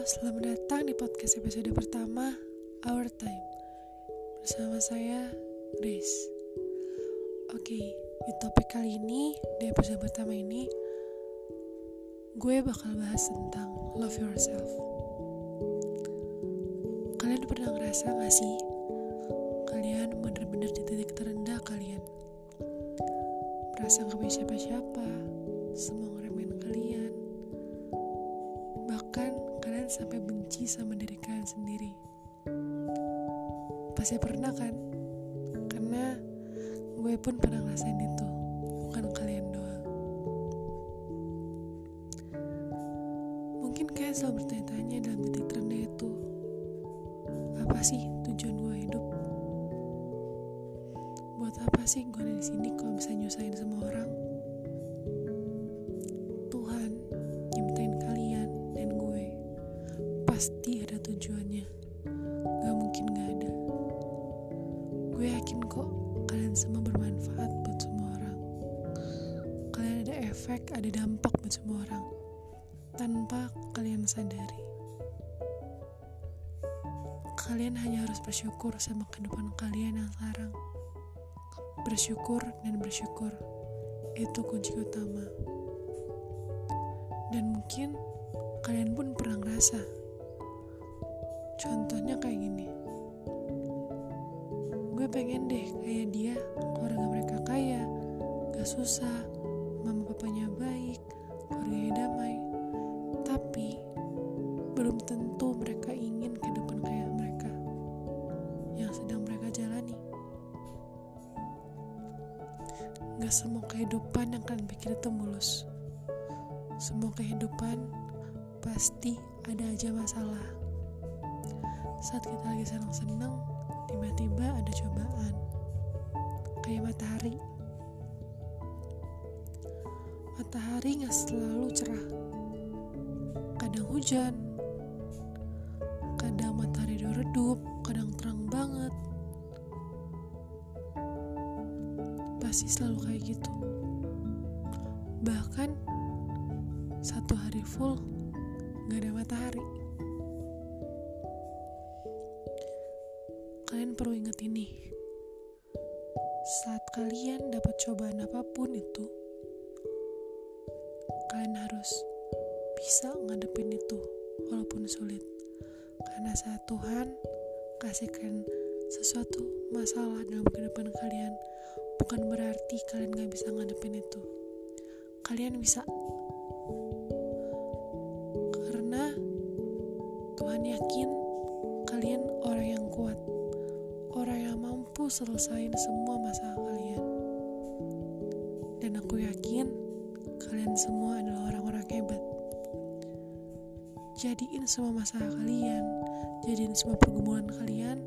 Selamat datang di podcast episode pertama Our Time bersama saya Grace. Oke, di topik kali ini, di episode pertama ini gue bakal bahas tentang love yourself. Kalian pernah ngerasa gak sih kalian bener-bener di titik terendah kalian, merasa gak punya siapa-siapa, semua ngeremehin kalian, bahkan kalian sampai benci sama diri kalian sendiri? Pasti pernah kan? Karena gue pun pernah ngerasain itu, bukan kalian doang. Mungkin kalian selalu bertanya-tanya dalam titik terendah itu, apa sih tujuan gue hidup? Buat apa sih gue ada di sini kalau bisa nyusahin semua orang? Tuhan nyiptain kalian dan gue pasti ada tujuannya, gak mungkin gak ada. Gue yakin kok kalian semua bermanfaat buat semua orang. Kalian ada efek, ada dampak buat semua orang tanpa kalian sadari. Kalian hanya harus bersyukur sama kehidupan kalian yang sekarang. Bersyukur dan bersyukur, itu kunci utama. Dan mungkin kalian pun pernah ngerasa, contohnya kayak gini, gue pengen deh kayak dia, keluarga mereka kaya, gak susah, mama papanya baik, keluarganya damai. Tapi belum tentu mereka ingin kehidupan kayak mereka yang sedang mereka jalani. Gak semua kehidupan yang kalian pikir itu mulus. Semua kehidupan pasti ada aja masalah. Saat kita lagi senang-senang, tiba-tiba ada cobaan. Kayak matahari. Matahari gak selalu cerah. Kadang hujan, kadang matahari redup, kadang terang banget. Pasti selalu kayak gitu. Bahkan satu hari full gak ada matahari. Kalian perlu ingat ini, saat kalian dapat cobaan apapun itu, kalian harus bisa ngadepin itu walaupun sulit. Karena saat Tuhan kasih kalian sesuatu masalah dalam kehidupan kalian, bukan berarti kalian gak bisa ngadepin itu. Kalian bisa. Karena Tuhan yakin kalian orang yang kuat, orang yang mampu selesain semua masalah kalian. Dan aku yakin kalian semua adalah orang-orang hebat. Jadiin semua masalah kalian, jadiin semua pergumulan kalian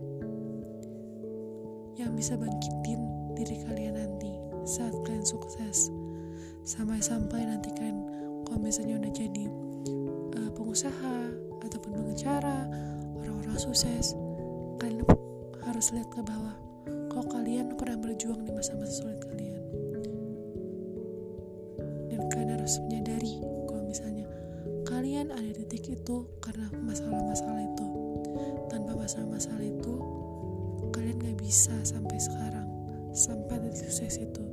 yang bisa bangkitin diri kalian nanti saat kalian sukses. Sampai-sampai nanti kalian kalau misalnya udah jadi pengusaha ataupun pengacara, orang-orang sukses, kalian harus lihat ke bawah kalau kalian pernah berjuang di masa-masa sulit kalian. Dan kalian harus menyadari kalau misalnya kalian ada di titik itu karena masalah-masalah itu. Tanpa masalah-masalah itu, kalian gak bisa sampai sekarang, sampai titik sukses itu.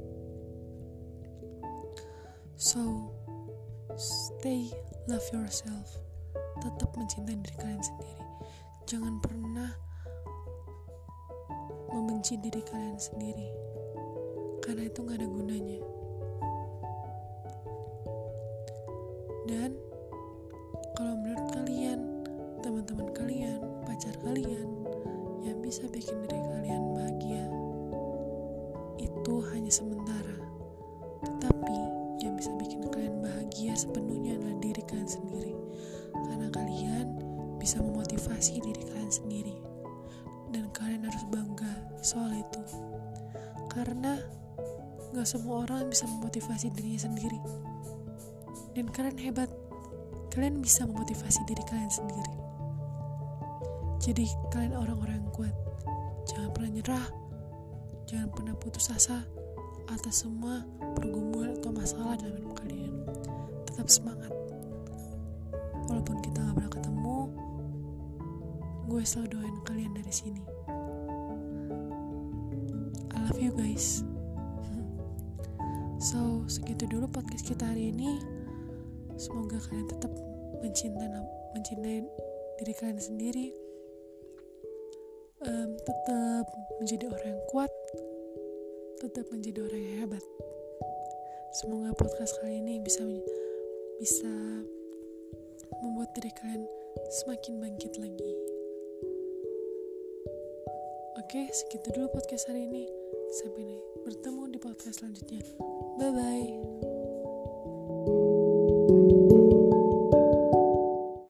So, stay love yourself. Tetap mencintai diri kalian sendiri. Jangan pernah membenci diri kalian sendiri, karena itu gak ada gunanya. Dan kalau menurut kalian, teman-teman kalian, pacar kalian yang bisa bikin diri kalian bahagia, itu hanya sementara. Tetapi yang bisa bikin kalian bahagia sepenuhnya adalah diri kalian sendiri. Karena kalian bisa memotivasi diri kalian sendiri. Dan kalian harus bangga soal itu. Karena gak semua orang bisa memotivasi dirinya sendiri. Dan kalian hebat. Kalian bisa memotivasi diri kalian sendiri. Jadi kalian orang-orang yang kuat. Jangan pernah nyerah. Jangan pernah putus asa atas semua pergumulan atau masalah dalam hidup kalian. Tetap semangat. walaupun kita gak pernah ketemu, gue selalu doain kalian dari sini. I love you guys. So, segitu dulu podcast kita hari ini. Semoga kalian tetap mencintai diri kalian sendiri, tetap menjadi orang yang kuat, tetap menjadi orang yang hebat. Semoga podcast kali ini bisa membuat diri kalian semakin bangkit lagi. Oke, segitu dulu podcast hari ini. Sampai bertemu di podcast selanjutnya. Bye-bye.